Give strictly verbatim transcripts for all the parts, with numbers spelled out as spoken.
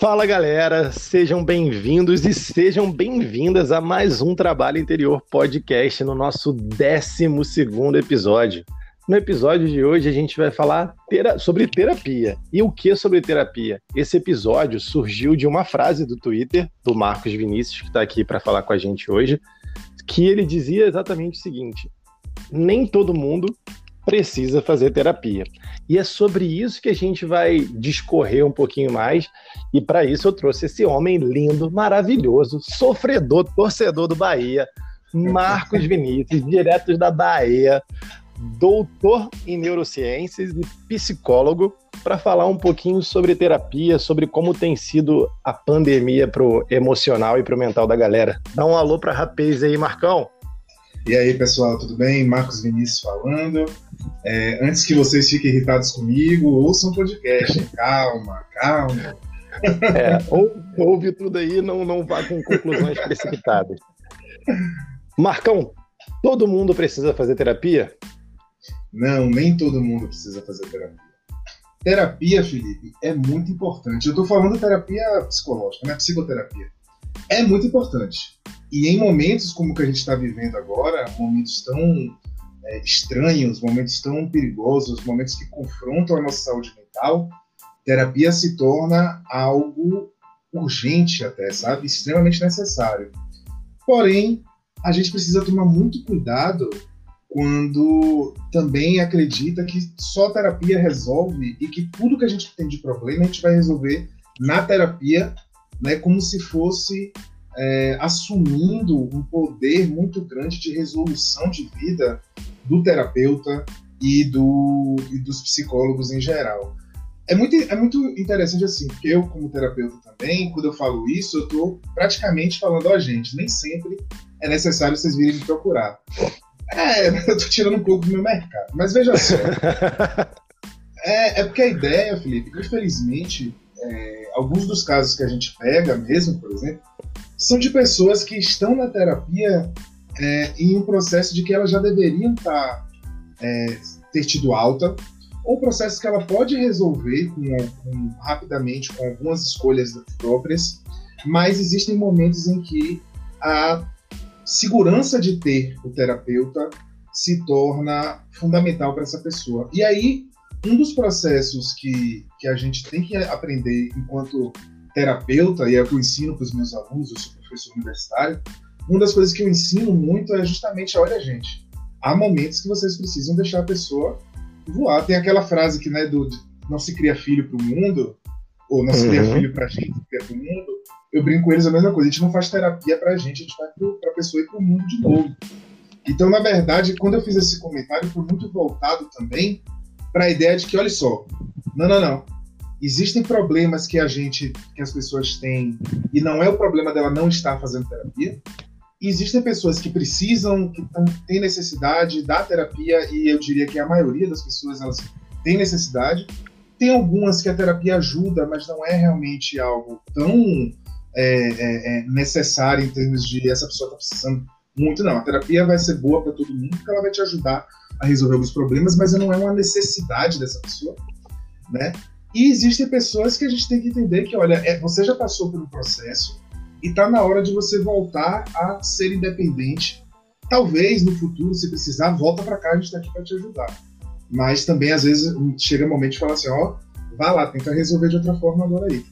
Fala galera, sejam bem-vindos e sejam bem-vindas a mais um Trabalho Interior Podcast no nosso décimo segundo episódio. No episódio de hoje a gente vai falar tera- sobre terapia. E o que sobre terapia? Esse episódio surgiu de uma frase do Twitter, do Marcos Vinícius, que está aqui para falar com a gente hoje, que ele dizia exatamente o seguinte: nem todo mundo precisa fazer terapia. E é sobre isso que a gente vai discorrer um pouquinho mais, e para isso eu trouxe esse homem lindo, maravilhoso, sofredor, torcedor do Bahia, Marcos Vinícius, direto da Bahia, doutor em neurociências e psicólogo, para falar um pouquinho sobre terapia, sobre como tem sido a pandemia pro emocional e pro mental da galera. Dá um alô para rapaz aí, Marcão. E aí, pessoal, tudo bem? Marcos Vinícius falando. É, antes que vocês fiquem irritados comigo, ouçam o podcast. Calma, calma. É, ou, ouve tudo aí, não, não vá com conclusões precipitadas. Marcão, todo mundo precisa fazer terapia? Não, nem todo mundo precisa fazer terapia. Terapia, Felipe, é muito importante. Eu estou falando terapia psicológica, não é psicoterapia. É muito importante. E em momentos como o que a gente está vivendo agora, momentos tão é, estranhos, momentos tão perigosos, momentos que confrontam a nossa saúde mental, terapia se torna algo urgente até, sabe? Extremamente necessário. Porém, a gente precisa tomar muito cuidado quando também acredita que só a terapia resolve e que tudo que a gente tem de problema a gente vai resolver na terapia, né, como se fosse é, assumindo um poder muito grande de resolução de vida do terapeuta e, do, e dos psicólogos em geral. É muito, é muito interessante assim, porque eu, como terapeuta também, quando eu falo isso, eu estou praticamente falando a gente. Nem sempre é necessário vocês virem me procurar. É, eu estou tirando um pouco do meu mercado. Mas veja só. é, é porque a ideia, Felipe, infelizmente, é, alguns dos casos que a gente pega mesmo, por exemplo, são de pessoas que estão na terapia é, em um processo de que elas já deveriam estar, é, ter tido alta, ou processos que ela pode resolver com, com, rapidamente com algumas escolhas próprias, mas existem momentos em que a segurança de ter o terapeuta se torna fundamental para essa pessoa. E aí, um dos processos que, que a gente tem que aprender enquanto terapeuta, e é o que eu ensino para os meus alunos, eu sou professor universitário, uma das coisas que eu ensino muito é justamente, olha, gente, há momentos que vocês precisam deixar a pessoa voar. Tem aquela frase que, né, do não se cria filho para o mundo, ou não se cria uhum. filho para a gente, se cria para o mundo. Eu brinco com eles a mesma coisa, a gente não faz terapia para a gente, a gente vai para a pessoa ir para o mundo de novo. Então, na verdade, quando eu fiz esse comentário, foi muito voltado também para a ideia de que, olha só, não, não, não, existem problemas que a gente, que as pessoas têm, e não é o problema dela não estar fazendo terapia. E existem pessoas que precisam, que têm necessidade da terapia, e eu diria que a maioria das pessoas elas têm necessidade. Tem algumas que a terapia ajuda, mas não é realmente algo tão é, é, é necessário em termos de essa pessoa está precisando muito. Não, a terapia vai ser boa para todo mundo, porque ela vai te ajudar a resolver alguns problemas, mas não é uma necessidade dessa pessoa, né? E existem pessoas que a gente tem que entender que, olha, é, você já passou por um processo e está na hora de você voltar a ser independente. Talvez no futuro, se precisar, volta para cá, a gente está aqui para te ajudar. Mas também, às vezes, chega o momento de falar assim, ó, vá lá, tenta resolver de outra forma agora aí.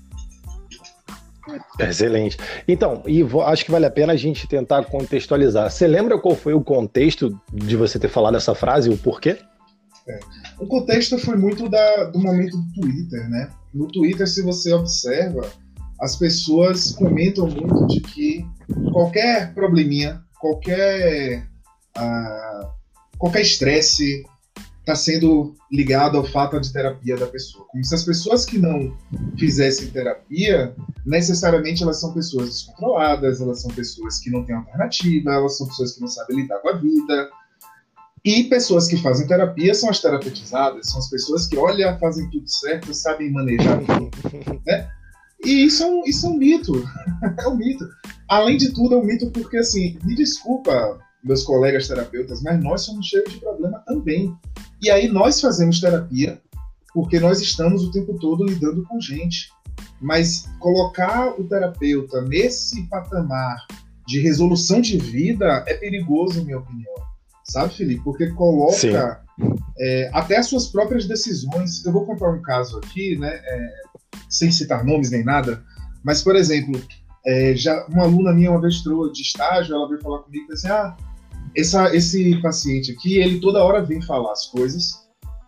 Excelente. Então, e vou, acho que vale a pena a gente tentar contextualizar. Você lembra qual foi o contexto de você ter falado essa frase, o porquê? É. O contexto foi muito da, do momento do Twitter, né? No Twitter, se você observa, as pessoas comentam muito de que qualquer probleminha, qualquer uh, qualquer estresse está sendo ligado ao fato de terapia da pessoa. Como se as pessoas que não fizessem terapia, necessariamente elas são pessoas descontroladas, elas são pessoas que não têm alternativa, elas são pessoas que não sabem lidar com a vida. E pessoas que fazem terapia são as terapeutizadas, são as pessoas que, olha, fazem tudo certo, sabem manejar tudo, né? E isso é um, isso é um mito, é um mito. Além de tudo, é um mito porque, assim, me desculpa, meus colegas terapeutas, mas nós somos cheios de problema também. E aí nós fazemos terapia porque nós estamos o tempo todo lidando com gente. Mas colocar o terapeuta nesse patamar de resolução de vida é perigoso, em minha opinião. Sabe, Felipe? Porque coloca é, até as suas próprias decisões. Eu vou contar um caso aqui, né? É, sem citar nomes nem nada, mas, por exemplo, é, já uma aluna minha uma vez entrou de estágio, ela veio falar comigo e disse assim, ah, essa, esse paciente aqui, ele toda hora vem falar as coisas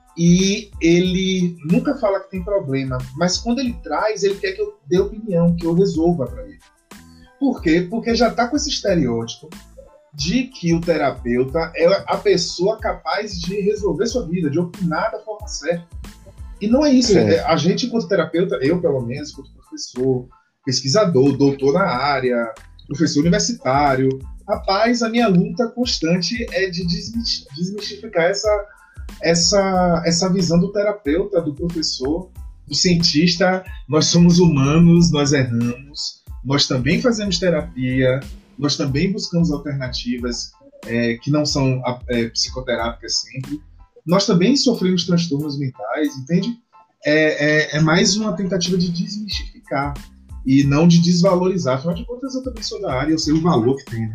e ele nunca fala que tem problema, mas quando ele traz, ele quer que eu dê opinião, que eu resolva para ele. Por quê? Porque já está com esse estereótipo de que o terapeuta é a pessoa capaz de resolver sua vida, de opinar da forma certa. E não é isso. É. A gente, enquanto terapeuta, eu pelo menos, enquanto professor, pesquisador, doutor na área, professor universitário, rapaz, a minha luta constante é de desmistificar essa, essa, essa visão do terapeuta, do professor, do cientista. Nós somos humanos, nós erramos, nós também fazemos terapia, nós também buscamos alternativas é, que não são é, psicoterápicas sempre. Nós também sofremos transtornos mentais, entende? É, é, é mais uma tentativa de desmistificar e não de desvalorizar. Afinal de contas, eu também sou da área, eu sei o valor que tem, né?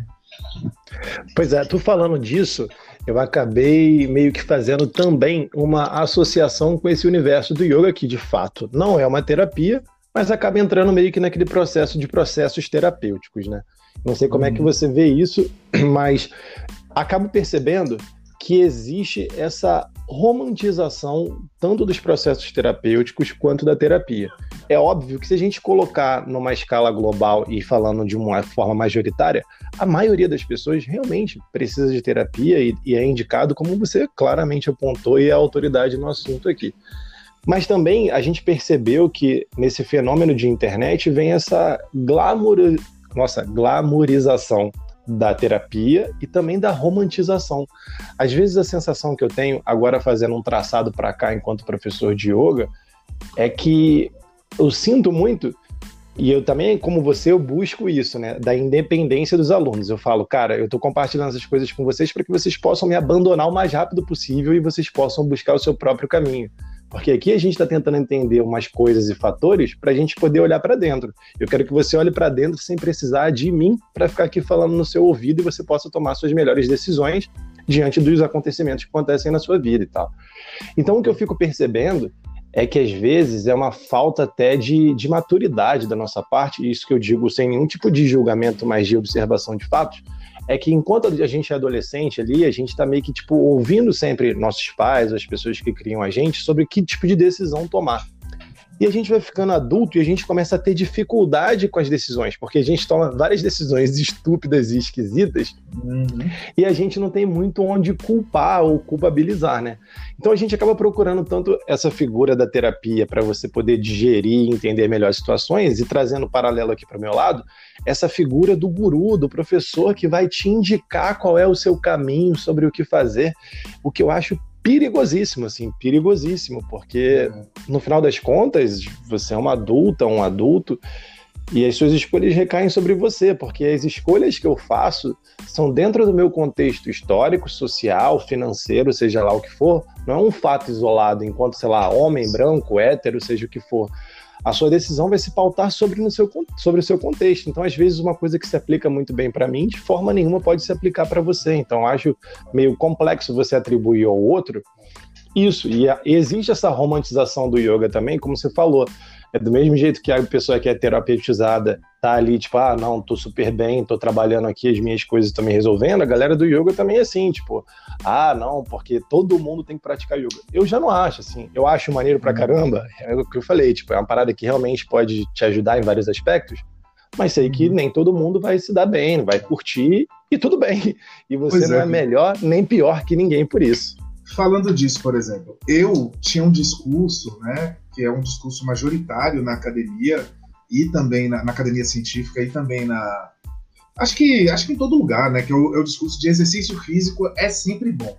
Pois é, tu falando disso, eu acabei meio que fazendo também uma associação com esse universo do yoga, que de fato não é uma terapia, mas acaba entrando meio que naquele processo de processos terapêuticos, né? Não sei como hum. é que você vê isso, mas acabo percebendo que existe essa romantização tanto dos processos terapêuticos quanto da terapia. É óbvio que se a gente colocar numa escala global e falando de uma forma majoritária, a maioria das pessoas realmente precisa de terapia e, e é indicado, como você claramente apontou e é a autoridade no assunto aqui. Mas também a gente percebeu que nesse fenômeno de internet vem essa glamour... Nossa, glamourização da terapia e também da romantização. Às vezes a sensação que eu tenho, agora fazendo um traçado para cá enquanto professor de yoga, é que eu sinto muito, e eu também, como você, eu busco isso, né, da independência dos alunos. Eu falo, cara, eu estou compartilhando essas coisas com vocês para que vocês possam me abandonar o mais rápido possível e vocês possam buscar o seu próprio caminho. Porque aqui a gente está tentando entender umas coisas e fatores para a gente poder olhar para dentro. Eu quero que você olhe para dentro sem precisar de mim para ficar aqui falando no seu ouvido e você possa tomar suas melhores decisões diante dos acontecimentos que acontecem na sua vida e tal. Então o que eu fico percebendo é que às vezes é uma falta até de, de maturidade da nossa parte, e isso que eu digo sem nenhum tipo de julgamento, mas de observação de fatos, é que enquanto a gente é adolescente ali, a gente tá meio que, tipo, ouvindo sempre nossos pais, as pessoas que criam a gente, sobre que tipo de decisão tomar. E a gente vai ficando adulto e a gente começa a ter dificuldade com as decisões, porque a gente toma várias decisões estúpidas e esquisitas, uhum. e a gente não tem muito onde culpar ou culpabilizar, né? Então a gente acaba procurando tanto essa figura da terapia para você poder digerir e entender melhor as situações, e trazendo paralelo aqui para o meu lado, essa figura do guru, do professor que vai te indicar qual é o seu caminho sobre o que fazer, o que eu acho perigosíssimo, assim, perigosíssimo, porque no final das contas, você é uma adulta, um adulto, e as suas escolhas recaem sobre você, porque as escolhas que eu faço são dentro do meu contexto histórico, social, financeiro, seja lá o que for, não é um fato isolado, enquanto, sei lá, homem, branco, hétero, seja o que for. A sua decisão vai se pautar sobre, no seu, sobre o seu contexto. Então, às vezes, uma coisa que se aplica muito bem para mim, de forma nenhuma pode se aplicar para você. Então, acho meio complexo você atribuir ao outro isso. E, a, e existe essa romantização do yoga também, como você falou. É do mesmo jeito que a pessoa que é terapeutizada tá ali, tipo, ah, não, tô super bem, tô trabalhando aqui, as minhas coisas estão me resolvendo. A galera do yoga também é assim, tipo, ah, não, porque todo mundo tem que praticar yoga. Eu já não acho, assim, eu acho maneiro pra caramba, é o que eu falei, tipo, é uma parada que realmente pode te ajudar em vários aspectos, mas sei que nem todo mundo vai se dar bem, vai curtir, e tudo bem. E você pois não é. é melhor nem pior que ninguém por isso. Falando disso, por exemplo, eu tinha um discurso, né, que é um discurso majoritário na academia e também na, na academia científica e também na... Acho que, acho que em todo lugar, né, que é o, é o discurso de exercício físico é sempre bom.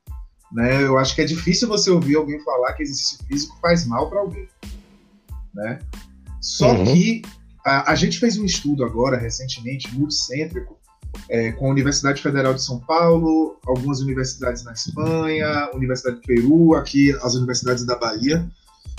Né? Eu acho que é difícil você ouvir alguém falar que exercício físico faz mal para alguém. Né? Só uhum. que a, a gente fez um estudo agora, recentemente, multicêntrico, É, com a Universidade Federal de São Paulo, algumas universidades na Espanha, Universidade do Peru, aqui as universidades da Bahia,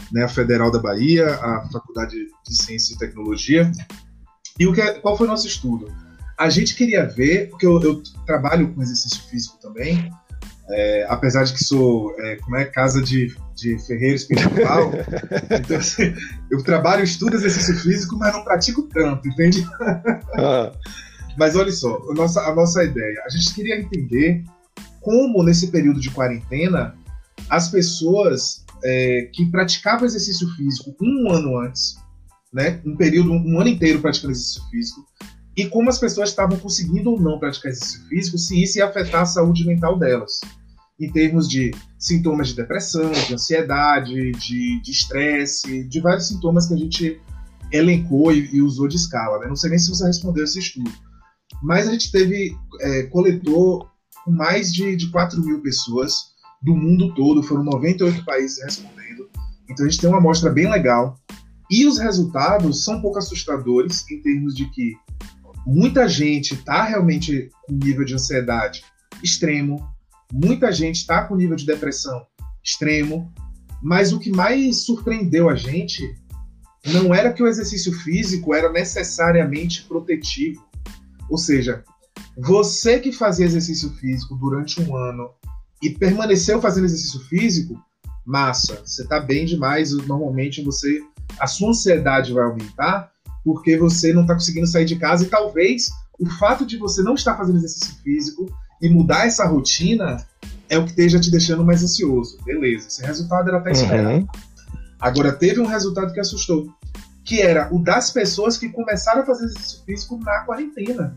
né, a Federal da Bahia, a Faculdade de Ciência e Tecnologia. E o que é, qual foi o nosso estudo? A gente queria ver, porque eu, eu trabalho com exercício físico também, é, apesar de que sou, é, como é, casa de, de ferreiro espiritual, então assim, eu trabalho, estudo exercício físico, mas não pratico tanto, entende? Ah. Mas olha só, a nossa, a nossa ideia, a gente queria entender como nesse período de quarentena as pessoas é, que praticavam exercício físico um ano antes, né, um período, um ano inteiro praticando exercício físico, e como as pessoas estavam conseguindo ou não praticar exercício físico, se isso ia afetar a saúde mental delas, em termos de sintomas de depressão, de ansiedade, de estresse, de, de vários sintomas que a gente elencou e, e usou de escala, né? Não sei nem se você respondeu esse estudo, mas a gente teve, é, coletou mais de, de quatro mil pessoas do mundo todo, foram noventa e oito países respondendo, então a gente tem uma amostra bem legal, e os resultados são um pouco assustadores em termos de que muita gente está realmente com nível de ansiedade extremo, muita gente está com nível de depressão extremo, mas o que mais surpreendeu a gente não era que o exercício físico era necessariamente protetivo. Ou seja, você que fazia exercício físico durante um ano e permaneceu fazendo exercício físico, massa, você está bem demais, normalmente você, a sua ansiedade vai aumentar porque você não está conseguindo sair de casa, e talvez o fato de você não estar fazendo exercício físico e mudar essa rotina é o que esteja te deixando mais ansioso. Beleza, esse resultado era até esperado. Uhum. Agora, teve um resultado que assustou, que era o das pessoas que começaram a fazer exercício físico na quarentena.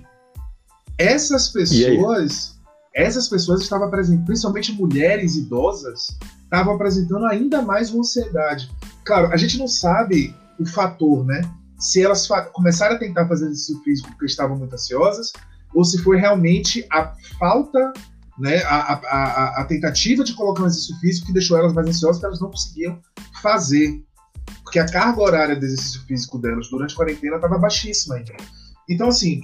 Essas pessoas, essas pessoas estavam apresentando, principalmente mulheres idosas, estavam apresentando ainda mais uma ansiedade. Claro, a gente não sabe o fator, né? Se elas começaram a tentar fazer exercício físico porque estavam muito ansiosas, ou se foi realmente a falta, né, a, a, a tentativa de colocar um exercício físico que deixou elas mais ansiosas, que elas não conseguiam fazer. Porque a carga horária do exercício físico delas durante a quarentena estava baixíssima ainda. Então, assim,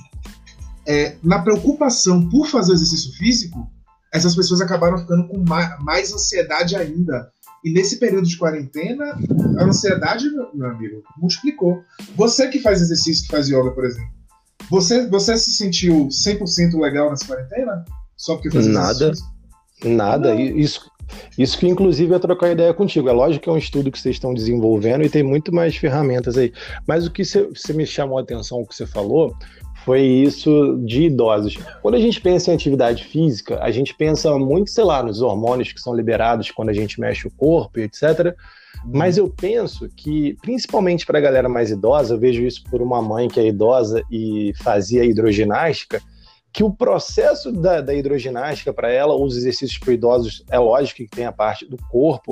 é, na preocupação por fazer exercício físico, essas pessoas acabaram ficando com mais, mais ansiedade ainda. E nesse período de quarentena, a ansiedade, meu amigo, multiplicou. Você que faz exercício, que faz yoga, por exemplo, você, você se sentiu cem por cento legal nessa quarentena? Só porque faz Nada, exercício? Nada. Não. Isso, isso que, inclusive, eu trocar ideia contigo. É lógico que é um estudo que vocês estão desenvolvendo e tem muito mais ferramentas aí. Mas o que você me chamou a atenção, o que você falou, foi isso de idosos. Quando a gente pensa em atividade física, a gente pensa muito, sei lá, nos hormônios que são liberados quando a gente mexe o corpo, etcétera. Mas eu penso que, principalmente para a galera mais idosa, eu vejo isso por uma mãe que é idosa e fazia hidroginástica, que o processo da, da hidroginástica para ela, os exercícios para idosos, é lógico que tem a parte do corpo,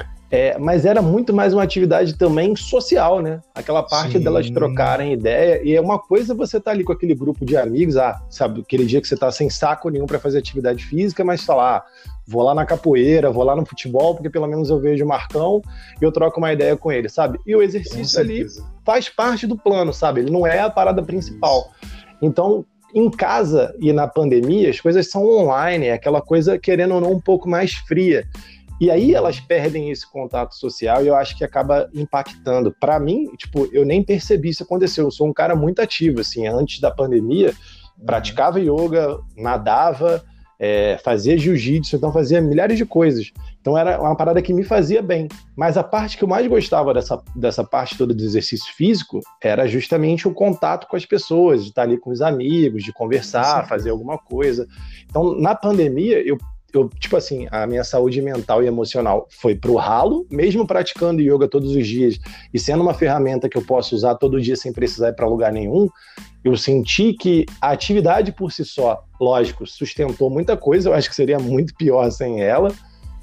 é, mas era muito mais uma atividade também social, né? Aquela parte Sim. delas trocarem ideia, e é uma coisa você tá ali com aquele grupo de amigos, ah, sabe, aquele dia que você tá sem saco nenhum para fazer atividade física, mas falar, ah, vou lá na capoeira, vou lá no futebol, porque pelo menos eu vejo o Marcão e eu troco uma ideia com ele, sabe? E o exercício ali faz parte do plano, sabe? Ele não é a parada principal. Isso. Então, em casa e na pandemia, as coisas são online, é aquela coisa, querendo ou não, um pouco mais fria. E aí elas perdem esse contato social e eu acho que acaba impactando. Para mim, tipo, eu nem percebi isso acontecer. Eu sou um cara muito ativo, assim, antes da pandemia, praticava yoga, nadava, é, fazia jiu-jitsu, então fazia milhares de coisas. Então era uma parada que me fazia bem. Mas a parte que eu mais gostava dessa, dessa parte toda do exercício físico era justamente o contato com as pessoas, de estar ali com os amigos, de conversar, fazer alguma coisa. Então, na pandemia, eu Eu, tipo assim, a minha saúde mental e emocional foi pro ralo, mesmo praticando yoga todos os dias e sendo uma ferramenta que eu posso usar todo dia sem precisar ir para lugar nenhum, eu senti que a atividade por si só, lógico, sustentou muita coisa, eu acho que seria muito pior sem ela,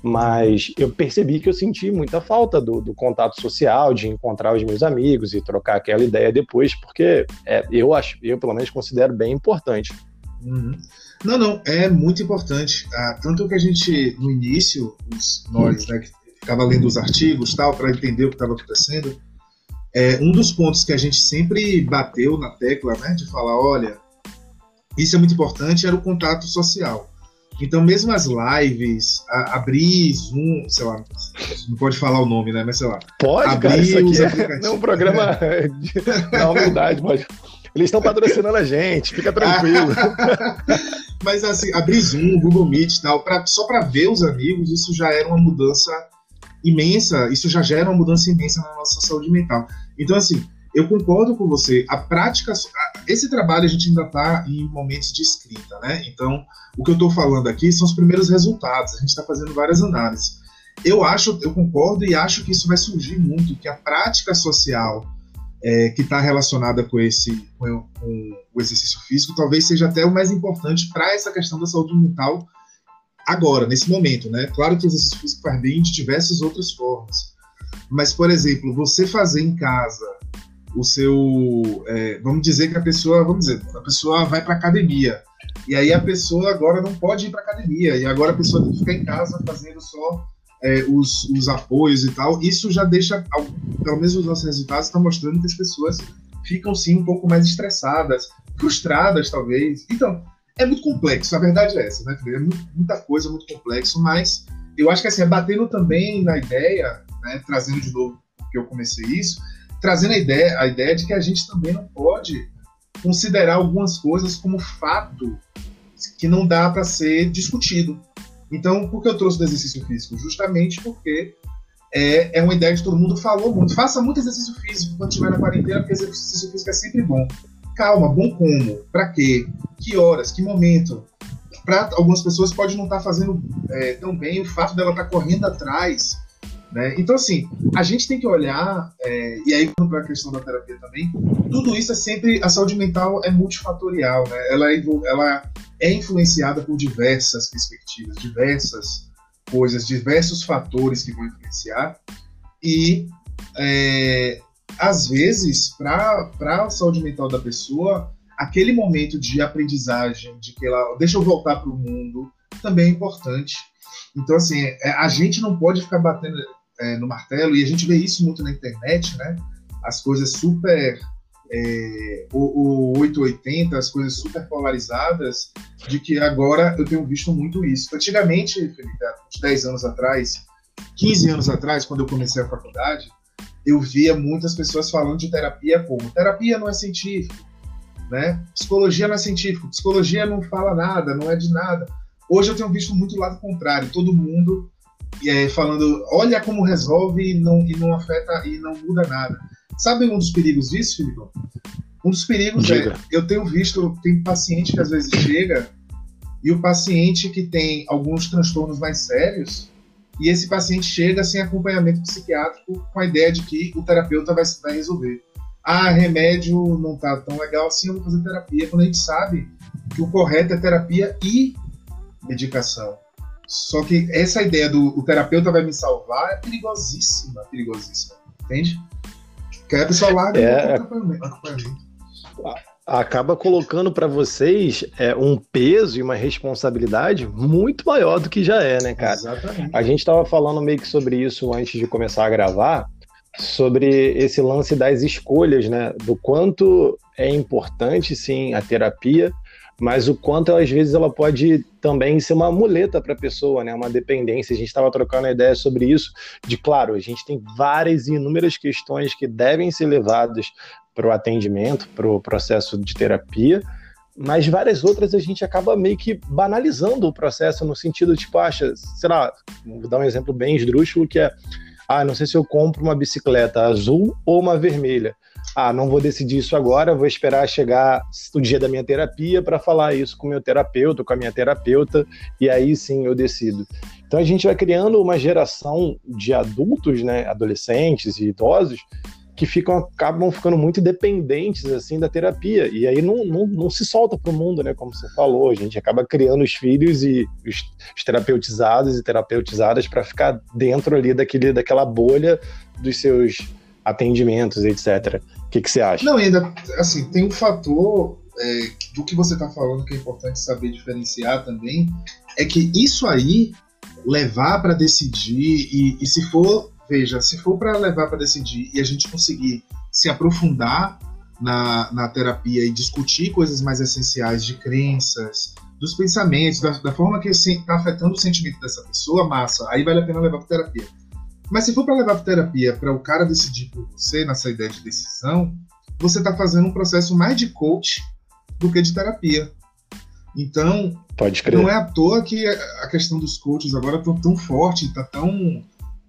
mas eu percebi que eu senti muita falta do, do contato social, de encontrar os meus amigos e trocar aquela ideia depois, porque é, eu acho, eu pelo menos considero bem importante. Uhum. Não, não, é muito importante. Ah, tanto que a gente, no início, os, nós, né, que ficava lendo os artigos tal, para entender o que estava acontecendo, é, um dos pontos que a gente sempre bateu na tecla, né, de falar, olha, isso é muito importante, era o contato social. Então, mesmo as lives, a, abrir Zoom, sei lá, não pode falar o nome, né? Mas sei lá. Pode, abrir cara, isso os aqui é, é um programa de, da humildade, pode. Eles estão patrocinando a gente, fica tranquilo. Mas assim, abrir Zoom, Google Meet e tal, pra, só para ver os amigos, isso já era uma mudança imensa, isso já gera uma mudança imensa na nossa saúde mental. Então, assim, eu concordo com você, a prática, esse trabalho a gente ainda está em momentos de escrita, né? Então, o que eu estou falando aqui são os primeiros resultados, a gente está fazendo várias análises. Eu acho, eu concordo e acho que isso vai surgir muito, que a prática social é, que está relacionada com esse com, com o exercício físico talvez seja até o mais importante para essa questão da saúde mental agora, nesse momento, né? Claro que o exercício físico faz bem de diversas outras formas, mas, por exemplo, você fazer em casa o seu, é, vamos dizer que a pessoa, vamos dizer, a pessoa vai para academia, e aí a pessoa agora não pode ir para academia, e agora a pessoa tem que ficar em casa fazendo só é, os, os apoios e tal. Isso já deixa, pelo menos os nossos resultados estão mostrando que as pessoas ficam sim um pouco mais estressadas, frustradas talvez. Então, é muito complexo, a verdade é essa, né? É muito, muita coisa, muito complexo, mas eu acho que assim, é batendo também na ideia, né, trazendo de novo, porque eu comecei isso, trazendo a ideia, a ideia de que a gente também não pode considerar algumas coisas como fato que não dá para ser discutido. Então, por que eu trouxe do exercício físico? Justamente porque é, é uma ideia que todo mundo falou muito. Faça muito exercício físico quando estiver na quarentena, porque exercício físico é sempre bom. Calma, bom como? Para quê? Que horas? Que momento? Para algumas pessoas pode não estar fazendo é, tão bem o fato dela estar correndo atrás, né? Então, assim, a gente tem que olhar, é, e aí para a questão da terapia também, tudo isso é sempre, a saúde mental é multifatorial, né? Ela, é, ela é influenciada por diversas perspectivas, diversas coisas, diversos fatores que vão influenciar, e é, às vezes, para a saúde mental da pessoa, aquele momento de aprendizagem, de que ela, deixa eu voltar para o mundo, também é importante. Então, assim, a gente não pode ficar batendo é, no martelo, e a gente vê isso muito na internet, né? As coisas super é, o, o oitocentos e oitenta, as coisas super polarizadas, de que agora eu tenho visto muito isso. Antigamente, Felipe, há uns dez anos atrás, quinze anos atrás, quando eu comecei a faculdade, eu via muitas pessoas falando de terapia como terapia não é científico, né? Psicologia não é científico, psicologia não fala nada, não é de nada. Hoje eu tenho visto muito o lado contrário, todo mundo é, falando, olha como resolve e não, e não afeta e não muda nada. Sabe um dos perigos disso, Felipe? Um dos perigos Diga. é, eu tenho visto, tem paciente que às vezes chega, e o paciente que tem alguns transtornos mais sérios, e esse paciente chega sem acompanhamento psiquiátrico com a ideia de que o terapeuta vai, vai resolver. Ah, remédio não tá tão legal assim, eu vou fazer terapia. Quando a gente sabe que o correto é terapia e medicação. Só que essa ideia do o terapeuta vai me salvar é perigosíssima, perigosíssima. Entende? Porque aí a pessoa larga é, o acompanhamento. Acaba colocando para vocês é, um peso e uma responsabilidade muito maior do que já é, né, cara? Exatamente. A gente estava falando meio que sobre isso antes de começar a gravar, sobre esse lance das escolhas, né? Do quanto é importante, sim, a terapia, mas o quanto, às vezes, ela pode também ser uma muleta para a pessoa, né? Uma dependência. A gente estava trocando a ideia sobre isso, de, claro, a gente tem várias e inúmeras questões que devem ser levadas para o atendimento, para o processo de terapia, mas várias outras a gente acaba meio que banalizando o processo no sentido, tipo, acha, sei lá, vou dar um exemplo bem esdrúxulo, que é, ah, não sei se eu compro uma bicicleta azul ou uma vermelha. Ah, não vou decidir isso agora, vou esperar chegar o dia da minha terapia para falar isso com o meu terapeuta, com a minha terapeuta, e aí sim eu decido. Então a gente vai criando uma geração de adultos, né, adolescentes e idosos, que ficam, acabam ficando muito dependentes assim, da terapia, e aí não, não, não se solta para o mundo, né, como você falou, a gente acaba criando os filhos e os, os terapeutizados e terapeutizadas para ficar dentro ali daquele, daquela bolha dos seus atendimentos, etcétera. O que, que você acha? Não, ainda, assim, tem um fator é, do que você está falando que é importante saber diferenciar também, é que isso aí, levar para decidir, e, e se for, veja, se for para levar para decidir e a gente conseguir se aprofundar na, na terapia e discutir coisas mais essenciais de crenças, dos pensamentos, da, da forma que está afetando o sentimento dessa pessoa, massa, aí vale a pena levar para terapia. Mas se for para levar para terapia, para o cara decidir por você, nessa ideia de decisão, você está fazendo um processo mais de coach do que de terapia. Então, Pode crer. Não é à toa que a questão dos coaches agora está tão forte, está tão...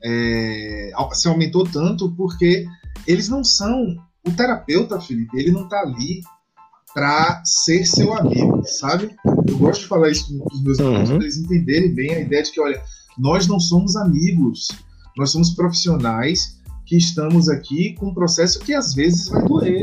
É, se aumentou tanto, porque eles não são... O terapeuta, Felipe, ele não está ali para ser seu amigo, sabe? Eu gosto de falar isso com os meus amigos, uhum. para eles entenderem bem a ideia de que, olha, nós não somos amigos, nós somos profissionais que estamos aqui com um processo que às vezes vai doer,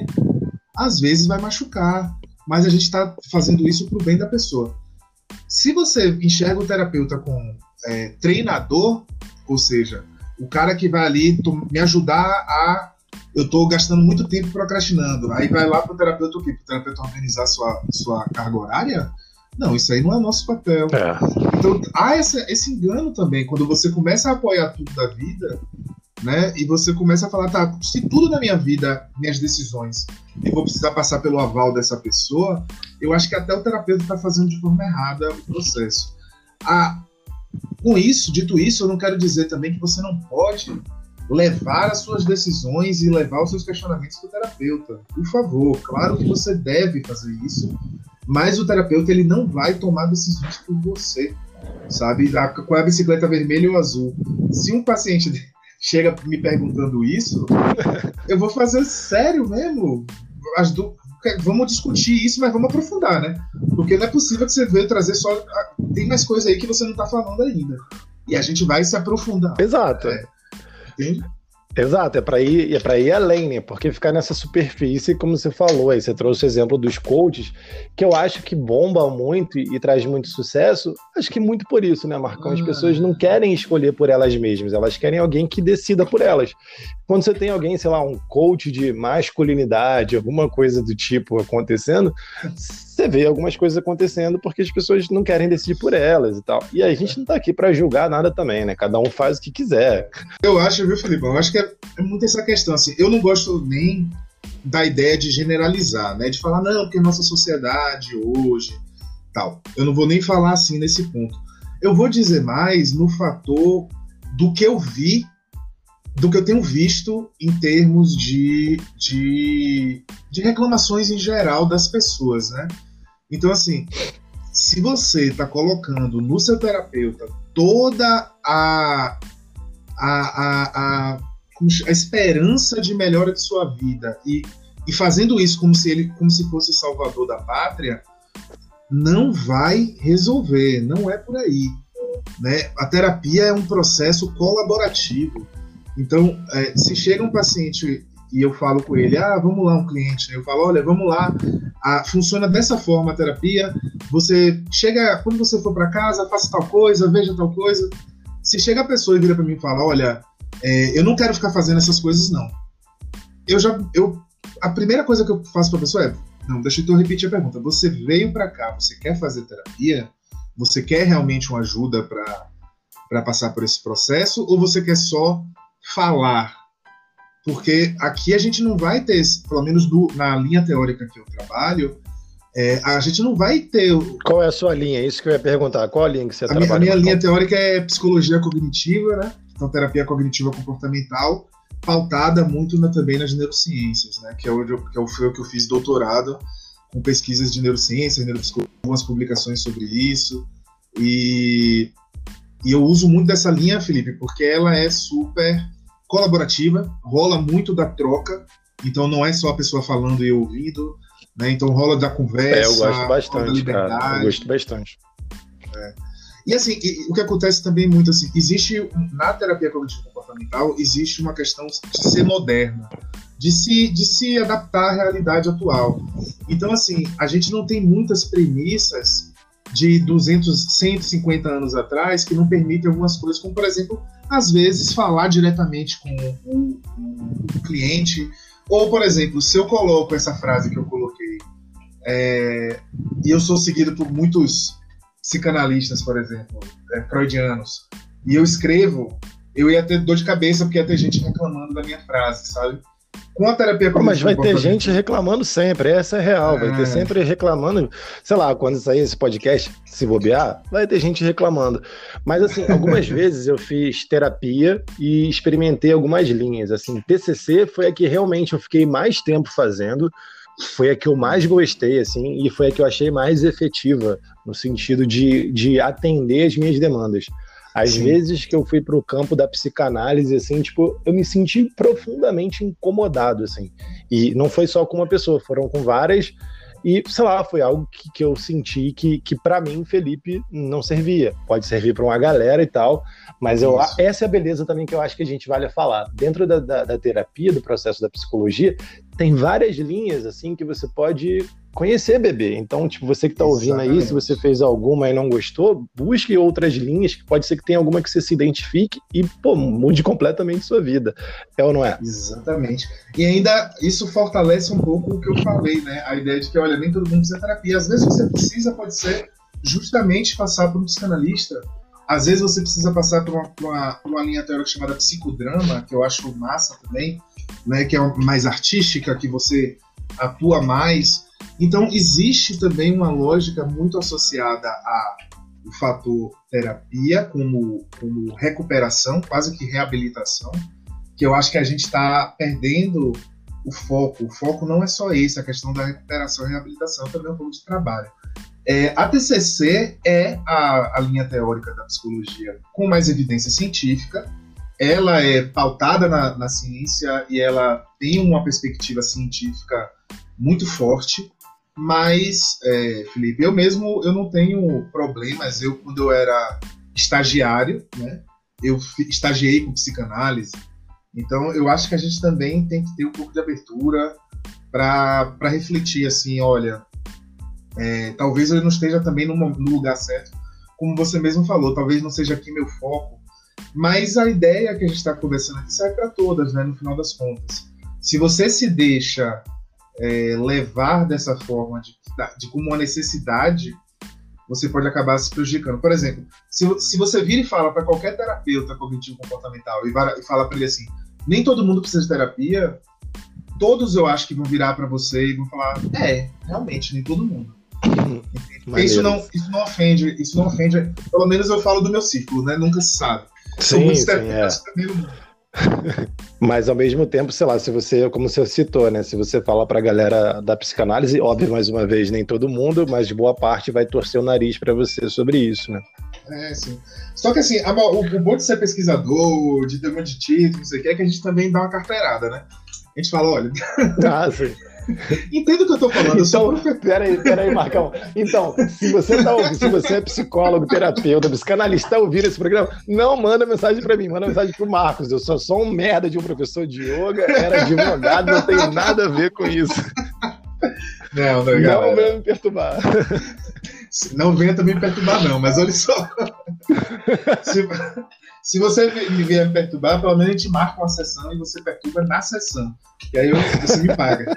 às vezes vai machucar, mas a gente está fazendo isso para o bem da pessoa. Se você enxerga o terapeuta como é, treinador, ou seja, o cara que vai ali me ajudar a... Eu estou gastando muito tempo procrastinando. Aí vai lá para o terapeuta o quê? Para o terapeuta organizar sua, sua carga horária? Não, isso aí não é nosso papel. É. Então, há esse, esse engano também. Quando você começa a apoiar tudo da vida, né? E você começa a falar, tá, se tudo na minha vida, minhas decisões, eu vou precisar passar pelo aval dessa pessoa, eu acho que até o terapeuta está fazendo de forma errada o processo. Ah, com isso, dito isso, eu não quero dizer também que você não pode levar as suas decisões e levar os seus questionamentos para o terapeuta. Por favor, claro que você deve fazer isso, mas o terapeuta ele não vai tomar decisões por você, sabe? Qual é a bicicleta vermelha ou azul? Se um paciente chega me perguntando isso, eu vou fazer sério mesmo. As do... Vamos discutir isso, mas vamos aprofundar, né? Porque não é possível que você veja trazer só... Tem mais coisa aí que você não está falando ainda. E a gente vai se aprofundar. Exato. É. Sim. Exato, é para ir, é para ir além, né? Porque ficar nessa superfície, como você falou, aí você trouxe o exemplo dos coaches, que eu acho que bomba muito e, e traz muito sucesso, acho que muito por isso, né, Marcão? As pessoas não querem escolher por elas mesmas, elas querem alguém que decida por elas. Quando você tem alguém, sei lá, um coach de masculinidade, alguma coisa do tipo acontecendo, você vê algumas coisas acontecendo porque as pessoas não querem decidir por elas e tal. E aí a gente não tá aqui para julgar nada também, né? Cada um faz o que quiser. Eu acho, viu, Felipe? Eu acho que é, é muito essa questão, assim. Eu não gosto nem da ideia de generalizar, né? De falar, não, porque a nossa sociedade hoje, tal. Eu não vou nem falar assim nesse ponto. Eu vou dizer mais no fator do que eu vi, do que eu tenho visto em termos de, de, de reclamações em geral das pessoas, né? Então, assim, se você está colocando no seu terapeuta toda a, a, a, a, a esperança de melhora de sua vida e, e fazendo isso como se ele como se fosse o salvador da pátria, não vai resolver, não é por aí, né? A terapia é um processo colaborativo. Então, é, se chega um paciente e eu falo com ele, ah, vamos lá, um cliente, eu falo, olha, vamos lá, a, funciona dessa forma a terapia, você chega, quando você for para casa, faça tal coisa, veja tal coisa. Se chega a pessoa e vira para mim e fala, olha, é, eu não quero ficar fazendo essas coisas, não. Eu já, eu, a primeira coisa que eu faço para a pessoa é, não, deixa eu repetir a pergunta, você veio para cá, você quer fazer terapia? Você quer realmente uma ajuda para passar por esse processo? Ou você quer só falar? Porque aqui a gente não vai ter, pelo menos do, na linha teórica que eu trabalho, é, a gente não vai ter... Qual é a sua linha? Isso que eu ia perguntar. Qual a linha que você a trabalha? Minha, a minha linha teórica é psicologia cognitiva, né? Então, terapia cognitiva comportamental, pautada muito na, também nas neurociências, né? Que é onde eu, que foi o que eu fiz doutorado, com pesquisas de neurociência, neuropsicologia, algumas publicações sobre isso. E, e eu uso muito dessa linha, Felipe, porque ela é super colaborativa, rola muito da troca, então não é só a pessoa falando e eu ouvindo, né? Então rola da conversa, é, eu gosto bastante, da cara. Eu gosto bastante. É. E assim, e, o que acontece também muito assim, existe na terapia cognitivo comportamental existe uma questão de ser moderna, de se, de se adaptar à realidade atual. Então assim, a gente não tem muitas premissas de duzentos, cento e cinquenta anos atrás que não permitem algumas coisas, como por exemplo, às vezes falar diretamente com o, o cliente, ou por exemplo, se eu coloco essa frase que eu coloquei, é, e eu sou seguido por muitos psicanalistas, por exemplo, é, freudianos, e eu escrevo, eu ia ter dor de cabeça porque ia ter gente reclamando da minha frase, sabe? Com a terapia Pô, mas vai ter comportamental... gente reclamando sempre, essa é real, vai ter É. sempre reclamando, sei lá, quando sair esse podcast, se bobear, vai ter gente reclamando. Mas assim, algumas vezes eu fiz terapia e experimentei algumas linhas, assim, T C C foi a que realmente eu fiquei mais tempo fazendo, foi a que eu mais gostei, assim, e foi a que eu achei mais efetiva, no sentido de, de atender as minhas demandas. Às Sim. vezes que eu fui pro campo da psicanálise, assim, tipo, eu me senti profundamente incomodado, assim. E não foi só com uma pessoa, foram com várias. E, sei lá, foi algo que, que eu senti que, que para mim, Felipe, não servia. Pode servir para uma galera e tal, mas eu, essa é a beleza também que eu acho que a gente vale a falar. Dentro da, da, da terapia, do processo da psicologia, tem várias linhas, assim, que você pode conhecer, bebê. Então, tipo, você que tá ouvindo aí, se você fez alguma e não gostou, busque outras linhas, que pode ser que tenha alguma que você se identifique e, pô, mude completamente sua vida. É ou não é? Exatamente. E ainda isso fortalece um pouco o que eu falei, né? A ideia de que, olha, nem todo mundo precisa de terapia. Às vezes você precisa, pode ser, justamente passar por um psicanalista. Às vezes você precisa passar por uma, por uma, por uma linha teórica chamada psicodrama, que eu acho massa também, né? Que é mais artística, que você atua mais. Então, existe também uma lógica muito associada ao fator terapia, como, como recuperação, quase que reabilitação, que eu acho que a gente está perdendo o foco. O foco não é só esse, a questão da recuperação e reabilitação, também é um pouco de trabalho. É, a T C C é a, a linha teórica da psicologia com mais evidência científica, ela é pautada na, na ciência e ela tem uma perspectiva científica muito forte. Mas, é, Felipe, eu mesmo eu não tenho problemas. Eu, quando eu era estagiário, né, eu estagiei com psicanálise. Então, eu acho que a gente também tem que ter um pouco de abertura para refletir, assim, olha, é, talvez eu não esteja também no, no lugar certo, como você mesmo falou, talvez não seja aqui meu foco, mas a ideia que a gente está conversando aqui serve para todas, né, no final das contas. Se você se deixa... É, levar dessa forma de, de como uma necessidade, você pode acabar se prejudicando. Por exemplo, se, se você vira e fala para qualquer terapeuta cognitivo comportamental e, vai, e fala para ele assim, nem todo mundo precisa de terapia, todos eu acho que vão virar para você e vão falar, é, realmente, nem todo mundo. Isso não, isso não ofende, isso não ofende, pelo menos eu falo do meu círculo, né? Nunca se sabe. São muitos terapeutas também no mundo. Mas ao mesmo tempo, sei lá, se você, como você citou, né, se você fala pra galera da psicanálise, óbvio, mais uma vez, nem todo mundo, mas boa parte vai torcer o nariz pra você sobre isso, né? É, sim. Só que assim, o, o bom de ser pesquisador, de ter um monte de título, não sei o que, é que a gente também dá uma carteirada, né? A gente fala, olha... Ah, sim. Entendo o que eu tô falando. Então, peraí, peraí, Marcão. Então, se você, tá, se você é psicólogo, terapeuta, psicanalista, tá ouvindo esse programa, não manda mensagem pra mim, manda mensagem pro Marcos. Eu sou só um merda de um professor de yoga, era advogado, não tenho nada a ver com isso. Não, não, não venha me perturbar. Não venha também me perturbar, não, mas olha só. Se, se você me vier me perturbar, pelo menos a gente marca uma sessão e você perturba na sessão. E aí eu, você me paga.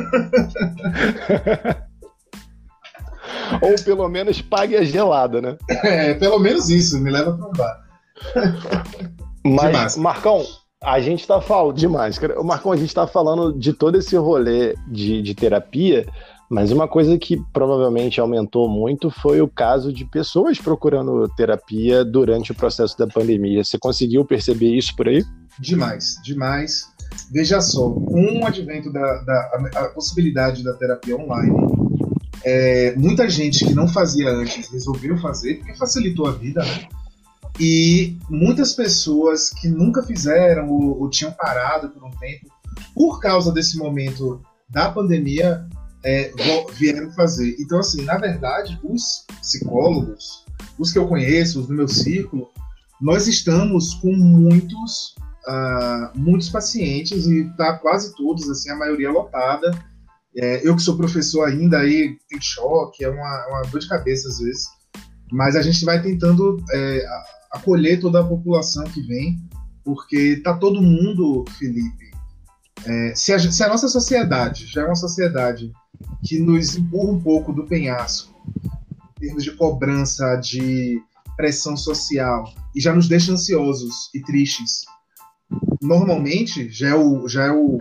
Ou pelo menos pague a gelada, né? É, pelo menos isso, me leva para um bar. Mas, demais. Marcão, a gente tá falando demais. Marcão, a gente tá falando de todo esse rolê de, de terapia, mas uma coisa que provavelmente aumentou muito foi o caso de pessoas procurando terapia durante o processo da pandemia. Você conseguiu perceber isso por aí? Demais, demais. Veja só, com o advento da, da a, a possibilidade da terapia online, é, muita gente que não fazia antes resolveu fazer, porque facilitou a vida, né? E muitas pessoas que nunca fizeram ou, ou tinham parado por um tempo, por causa desse momento da pandemia, é, vieram fazer. Então, assim, na verdade, os psicólogos, os que eu conheço, os do meu círculo, nós estamos com muitos, uh, muitos pacientes e tá quase todos, assim, a maioria lotada. É, eu que sou professor ainda, aí tem choque, é uma, uma dor de cabeça às vezes, mas a gente vai tentando é, acolher toda a população que vem, porque tá todo mundo, Felipe, é, se, a, se a nossa sociedade já é uma sociedade que nos empurra um pouco do penhasco, em termos de cobrança, de pressão social, e já nos deixa ansiosos e tristes, normalmente já é, o, já é o,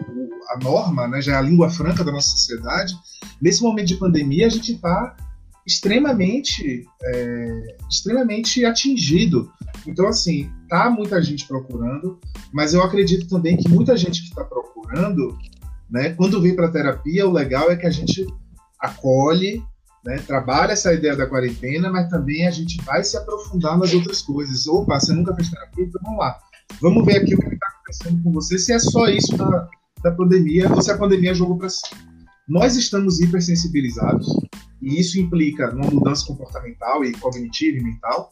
a norma, né, já é a língua franca da nossa sociedade. Nesse momento de pandemia, a gente está extremamente, é, extremamente atingido. Então, assim, tá muita gente procurando, mas eu acredito também que muita gente que está procurando, né, quando vem para a terapia, o legal é que a gente acolhe, né, trabalha essa ideia da quarentena, mas também a gente vai se aprofundar nas outras coisas. Opa, você nunca fez terapia? Então vamos lá. Vamos ver aqui o que está acontecendo com você, se é só isso da, da pandemia ou se a pandemia jogou para cima. Nós estamos hipersensibilizados e isso implica numa mudança comportamental e cognitiva e mental,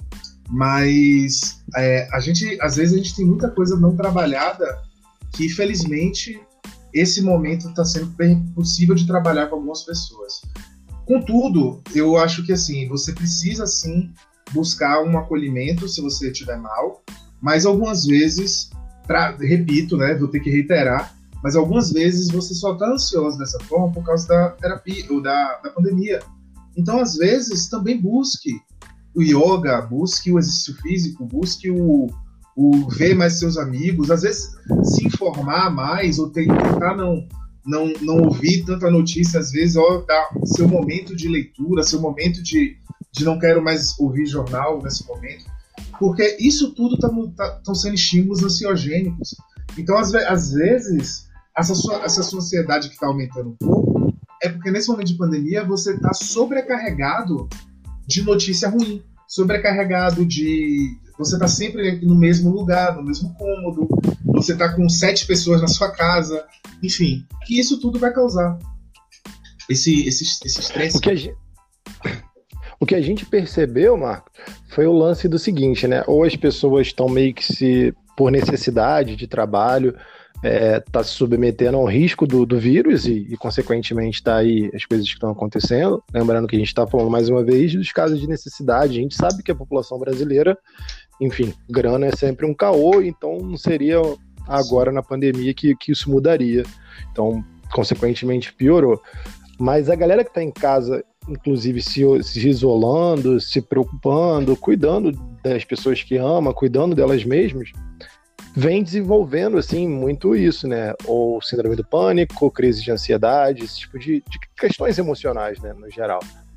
mas é, a gente, às vezes a gente tem muita coisa não trabalhada que, felizmente, esse momento está sendo bem possível de trabalhar com algumas pessoas. Contudo, eu acho que assim, você precisa sim buscar um acolhimento se você estiver mal, mas algumas vezes, pra, repito, né, vou ter que reiterar, mas algumas vezes você só está ansioso dessa forma por causa da terapia ou da, da pandemia. Então, às vezes, também busque o yoga, busque o exercício físico, busque o, o ver mais seus amigos, às vezes se informar mais ou tentar não, não, não ouvir tanta notícia, às vezes, ó, dar seu momento de leitura, seu momento de, de não quero mais ouvir jornal nesse momento, porque isso tudo estão tá, tá, sendo estímulos ansiogênicos. Então, às, às vezes, essa sua, essa sua ansiedade que está aumentando um pouco é porque nesse momento de pandemia você está sobrecarregado de notícia ruim, sobrecarregado de... Você está sempre no mesmo lugar, no mesmo cômodo, você está com sete pessoas na sua casa, enfim, que isso tudo vai causar esse estresse. Esse, esse o, que a gente, o que a gente percebeu, Marco, foi o lance do seguinte, né? Ou as pessoas estão meio que se, por necessidade de trabalho, é, tá se submetendo ao risco do, do vírus e, e consequentemente, tá aí as coisas que estão acontecendo. Lembrando que a gente está falando mais uma vez dos casos de necessidade. A gente sabe que a população brasileira, enfim, grana é sempre um caô, então não seria agora na pandemia que, que isso mudaria. Então, consequentemente, piorou. Mas a galera que está em casa, inclusive se, se isolando, se preocupando, cuidando das pessoas que ama, cuidando delas mesmas, vem desenvolvendo, assim, muito isso, né? Ou síndrome do pânico, crise de ansiedade, esse tipo de, de questões emocionais, né, no geral.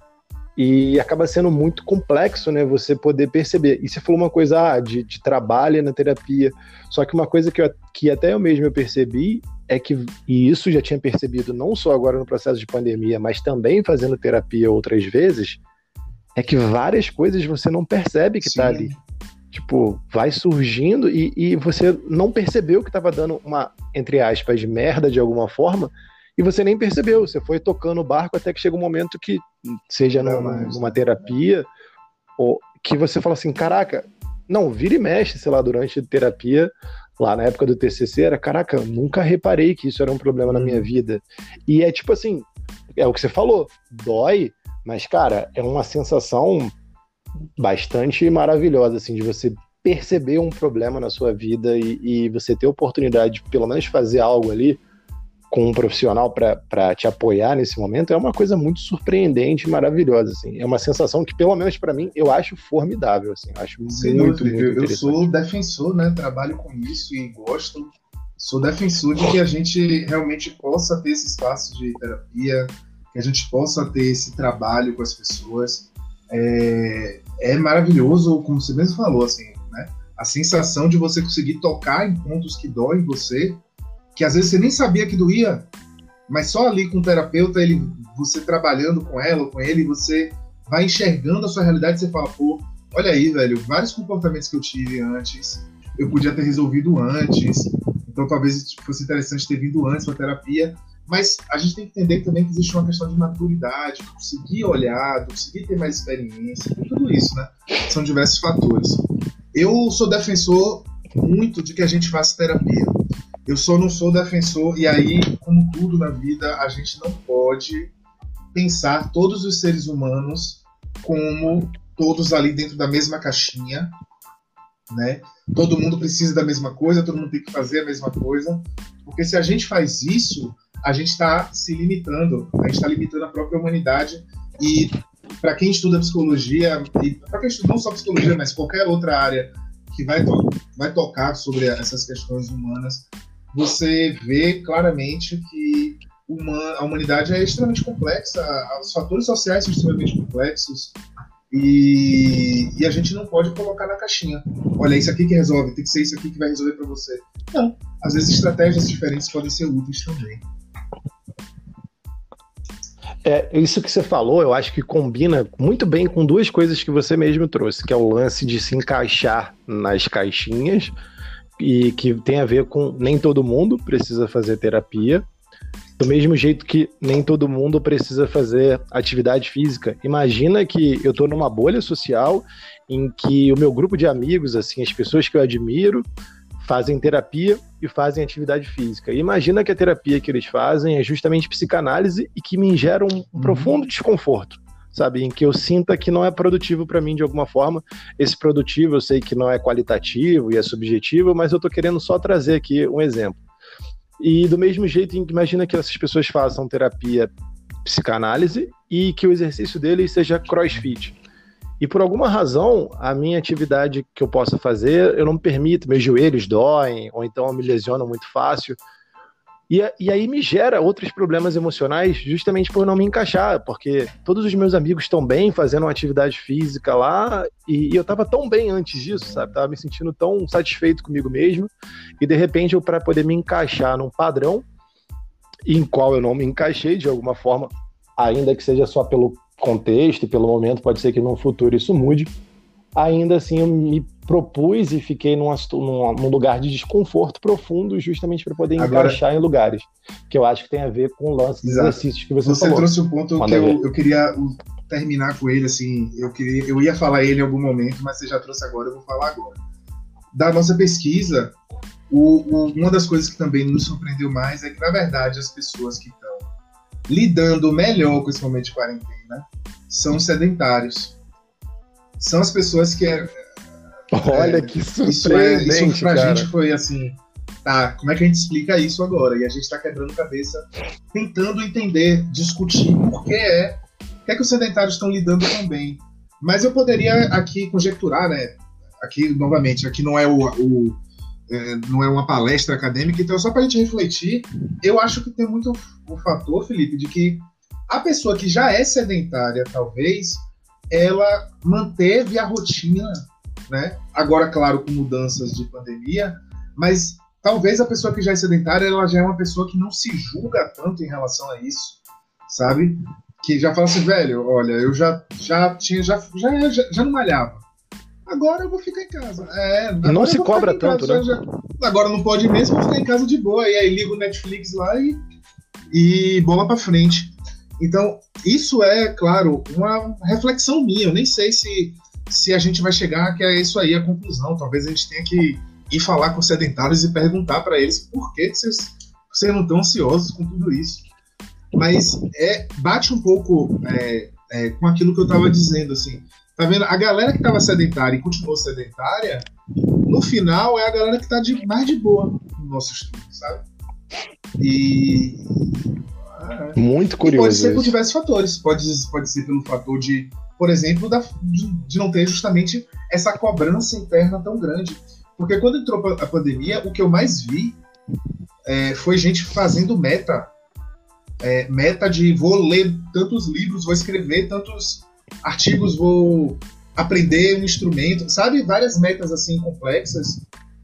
E acaba sendo muito complexo, né, você poder perceber. E você falou uma coisa ah, de, de trabalho na terapia, só que uma coisa que, eu, que até eu mesmo eu percebi é que, e isso já tinha percebido não só agora no processo de pandemia, mas também fazendo terapia outras vezes, é que várias coisas você não percebe que está ali. Tipo, vai surgindo e, e você não percebeu que estava dando uma, entre aspas, de merda de alguma forma, e você nem percebeu. Você foi tocando o barco até que chega um momento que, seja numa, numa terapia, ou que você fala assim, caraca, não, vira e mexe, sei lá, durante a terapia, lá na época do T C C, era, caraca, nunca reparei que isso era um problema na minha vida. E é tipo assim, é o que você falou, dói, mas, cara, é uma sensação bastante maravilhosa, assim, de você perceber um problema na sua vida e, e você ter a oportunidade de, pelo menos, fazer algo ali com um profissional para te apoiar nesse momento, é uma coisa muito surpreendente e maravilhosa, assim. É uma sensação que, pelo menos para mim, eu acho formidável, assim. Eu acho Sim, muito, muito eu, eu sou defensor, né? Trabalho com isso e gosto. Sou defensor de que a gente realmente possa ter esse espaço de terapia, que a gente possa ter esse trabalho com as pessoas. É, é maravilhoso, como você mesmo falou, assim, né? A sensação de você conseguir tocar em pontos que doem em você, que às vezes você nem sabia que doía, mas só ali com o terapeuta, ele, você trabalhando com ela ou com ele, você vai enxergando a sua realidade e você fala, pô, olha aí, velho, vários comportamentos que eu tive antes, eu podia ter resolvido antes, então talvez fosse interessante ter vindo antes para terapia. Mas a gente tem que entender também que existe uma questão de maturidade, conseguir olhar, conseguir ter mais experiência, tudo isso, né? São diversos fatores. Eu sou defensor muito de que a gente faça terapia. Eu só não sou defensor, e aí, como tudo na vida, a gente não pode pensar todos os seres humanos como todos ali dentro da mesma caixinha, né? Todo mundo precisa da mesma coisa, todo mundo tem que fazer a mesma coisa, porque se a gente faz isso, a gente está se limitando, a gente está limitando a própria humanidade. E para quem estuda psicologia, e para quem estuda não só psicologia, mas qualquer outra área que vai, to- vai tocar sobre essas questões humanas, você vê claramente que uma, a humanidade é extremamente complexa, os fatores sociais são extremamente complexos, e, e a gente não pode colocar na caixinha. Olha, isso aqui que resolve, tem que ser isso aqui que vai resolver para você. Não, às vezes estratégias diferentes podem ser úteis também. É, isso que você falou, eu acho que combina muito bem com duas coisas que você mesmo trouxe, que é o lance de se encaixar nas caixinhas, e que tem a ver com nem todo mundo precisa fazer terapia, do mesmo jeito que nem todo mundo precisa fazer atividade física. Imagina que eu estou numa bolha social em que o meu grupo de amigos, assim, as pessoas que eu admiro, fazem terapia e fazem atividade física. E imagina que a terapia que eles fazem é justamente psicanálise e que me gera um, um profundo desconforto, sabe? Em que eu sinta que não é produtivo para mim de alguma forma. Esse produtivo eu sei que não é qualitativo e é subjetivo, mas eu estou querendo só trazer aqui um exemplo. E do mesmo jeito, imagina que essas pessoas façam terapia, psicanálise e que o exercício deles seja crossfit. E por alguma razão, a minha atividade que eu possa fazer, eu não me permito, meus joelhos doem, ou então eu me lesiono muito fácil. E, e aí me gera outros problemas emocionais justamente por não me encaixar, porque todos os meus amigos estão bem fazendo uma atividade física lá, e, e eu estava tão bem antes disso, sabe? Estava me sentindo tão satisfeito comigo mesmo, e de repente eu, para poder me encaixar num padrão em qual eu não me encaixei de alguma forma, ainda que seja só pelo contexto e pelo momento, pode ser que no futuro isso mude, ainda assim eu me propus e fiquei numa, numa, num lugar de desconforto profundo justamente para poder Agora, encaixar em lugares, que eu acho que tem a ver com o lance dos exercícios que você, você falou. Você trouxe um ponto Manda que eu, eu queria terminar com ele, assim, eu, queria, eu ia falar ele em algum momento, mas você já trouxe agora, eu vou falar agora. Da nossa pesquisa, o, o, uma das coisas que também nos surpreendeu mais é que, na verdade, as pessoas que estão lidando melhor com esse momento de quarentena são os sedentários. São as pessoas que... É, Olha é, que surpreendente, isso, é, isso pra cara. gente foi assim, tá, como é que a gente explica isso agora? E a gente tá quebrando cabeça, tentando entender, discutir por que é, por que, é que os sedentários estão lidando tão bem. Mas eu poderia aqui conjecturar, né, aqui, novamente, aqui não é, o, o, é, não é uma palestra acadêmica, então só pra gente refletir, eu acho que tem muito o fator, Felipe, de que a pessoa que já é sedentária, talvez, ela manteve a rotina, né? Agora, claro, com mudanças de pandemia, mas talvez a pessoa que já é sedentária, ela já é uma pessoa que não se julga tanto em relação a isso, sabe? Que já fala assim, velho, olha, eu já, já tinha, já, já, já, já não malhava. Agora eu vou ficar em casa. É, não se cobra tanto, casa, né? Já, agora não pode mesmo, vou ficar em casa de boa. E aí liga o Netflix lá e, e bola pra frente. Então, isso é, claro, uma reflexão minha. Eu nem sei se se a gente vai chegar que é isso aí a conclusão. Talvez a gente tenha que ir falar com os sedentários e perguntar para eles por que vocês, vocês não estão ansiosos com tudo isso. Mas é, bate um pouco é, é, com aquilo que eu estava dizendo, assim. Tá vendo? A galera que estava sedentária e continuou sedentária, no final é a galera que está de, mais de boa no nosso estudo, sabe? E... É. Muito curioso. E pode ser isso. por diversos fatores. Pode, pode ser pelo fator de, por exemplo, da, de, de não ter justamente essa cobrança interna tão grande. Porque quando entrou a pandemia, o que eu mais vi é, foi gente fazendo meta. É, meta de vou ler tantos livros, vou escrever tantos artigos, vou aprender um instrumento. Sabe? Várias metas assim complexas.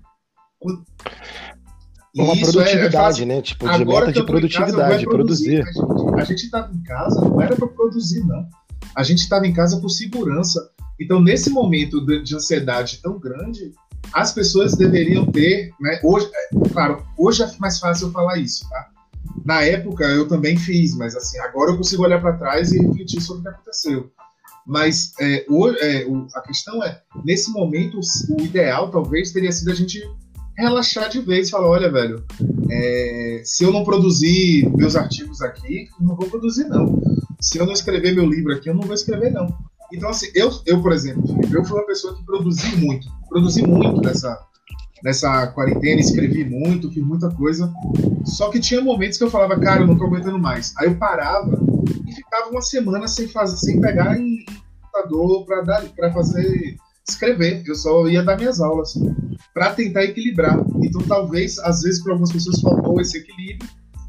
Uma isso produtividade, é, é né? Tipo, de agora meta de produtividade, de produzir. produzir. A gente estava em casa, não era para produzir, não. A gente estava em casa por segurança. Então, nesse momento de, de ansiedade tão grande, as pessoas deveriam ter, né? Hoje, é, claro, hoje é mais fácil eu falar isso, tá? Na época eu também fiz, mas assim, agora eu consigo olhar para trás e refletir sobre o que aconteceu. Mas é, o, é, o, a questão é, nesse momento, o ideal talvez teria sido a gente relaxar de vez e falar, olha, velho, é, se eu não produzir meus artigos aqui, eu não vou produzir, não. Se eu não escrever meu livro aqui, eu não vou escrever, não. Então, assim, eu, eu por exemplo, eu fui uma pessoa que produzi muito, produzi muito nessa, nessa quarentena, escrevi muito, fiz muita coisa, só que tinha momentos que eu falava, cara, eu não tô aguentando mais. Aí eu parava e ficava uma semana sem, fazer, sem pegar em computador pra, dar, pra fazer, escrever. Eu só ia dar minhas aulas. para tentar equilibrar. Então, talvez, às vezes, para algumas pessoas faltou esse equilíbrio,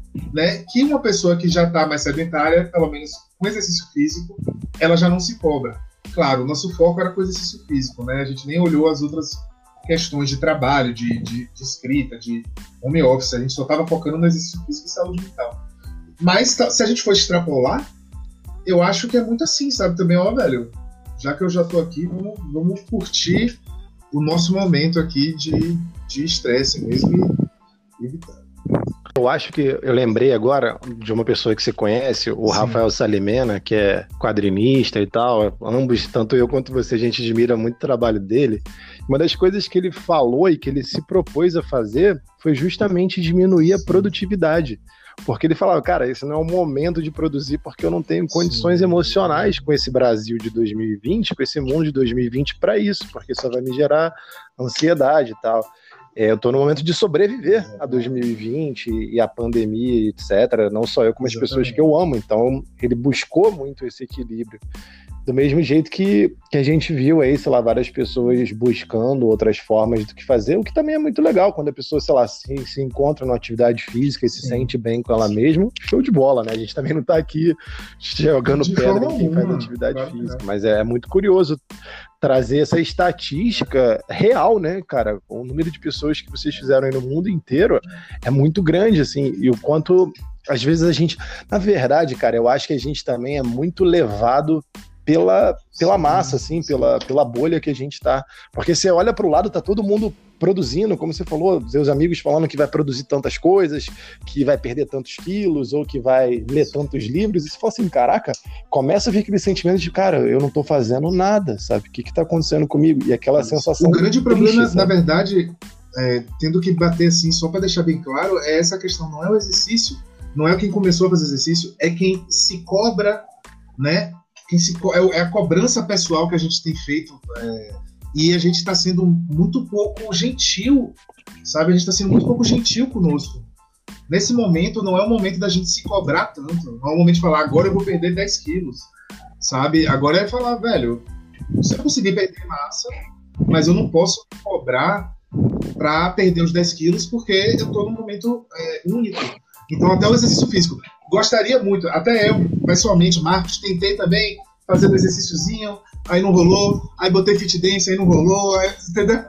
né? Que uma pessoa que já está mais sedentária, pelo menos com exercício físico, ela já não se cobra. Claro, o nosso foco era com exercício físico, né? A gente nem olhou as outras questões de trabalho, de, de, de escrita, de home office. A gente só estava focando no exercício físico e saúde mental. Mas, se a gente for extrapolar, eu acho que é muito assim, sabe? Também, ó, velho, já que eu já tô aqui, vamos, vamos curtir o nosso momento aqui de estresse mesmo e evitar. Eu acho que eu lembrei agora de uma pessoa que você conhece, o Sim. Rafael Salimena, que é quadrinista e tal. Ambos, tanto eu quanto você, a gente admira muito o trabalho dele. Uma das coisas que ele falou e que ele se propôs a fazer foi justamente diminuir a produtividade. Porque ele falava, cara, esse não é o momento de produzir porque eu não tenho condições Sim. emocionais com esse Brasil de dois mil e vinte, com esse mundo de dois mil e vinte para isso, porque só vai me gerar ansiedade e tal. É, eu estou no momento de sobreviver a dois mil e vinte e a pandemia, etcétera. Não só eu, como as pessoas que eu amo. Então, ele buscou muito esse equilíbrio. Do mesmo jeito que, que a gente viu aí, sei lá, várias pessoas buscando outras formas do que fazer, o que também é muito legal, quando a pessoa, sei lá, se, se encontra numa atividade física e se Sim. sente bem com ela mesma, show de bola, né? A gente também não tá aqui jogando de pedra em quem faz atividade claro, física, é. Mas é, é muito curioso trazer essa estatística real, né, cara? O número de pessoas que vocês fizeram aí no mundo inteiro é muito grande, assim, e o quanto, às vezes a gente, na verdade, cara, eu acho que a gente também é muito levado pela, pela massa, assim, pela, pela bolha que a gente tá. Porque você olha pro lado, tá todo mundo produzindo, como você falou, seus amigos falando que vai produzir tantas coisas, que vai perder tantos quilos, ou que vai ler tantos livros, e você fala assim, caraca, começa a vir aquele sentimento de, cara, eu não tô fazendo nada, sabe? O que que tá acontecendo comigo? E aquela sensação... O grande problema, triste, na verdade, é, tendo que bater assim, só para deixar bem claro, é essa questão, não é o exercício, não é quem começou a fazer exercício, é quem se cobra, né? Quem se, é a cobrança pessoal que a gente tem feito, é, e a gente está sendo muito pouco gentil, sabe? A gente está sendo muito pouco gentil conosco. Nesse momento, não é o momento da gente se cobrar tanto, não é o momento de falar, agora eu vou perder dez quilos, sabe? Agora é falar, velho, se eu conseguir perder massa, mas eu não posso me cobrar para perder os dez quilos, porque eu estou num momento é, único. Então, até o exercício físico. Gostaria muito, até eu, pessoalmente, Marcos, tentei também fazer um exercíciozinho, aí não rolou, aí botei fit dance, aí não rolou, aí, entendeu?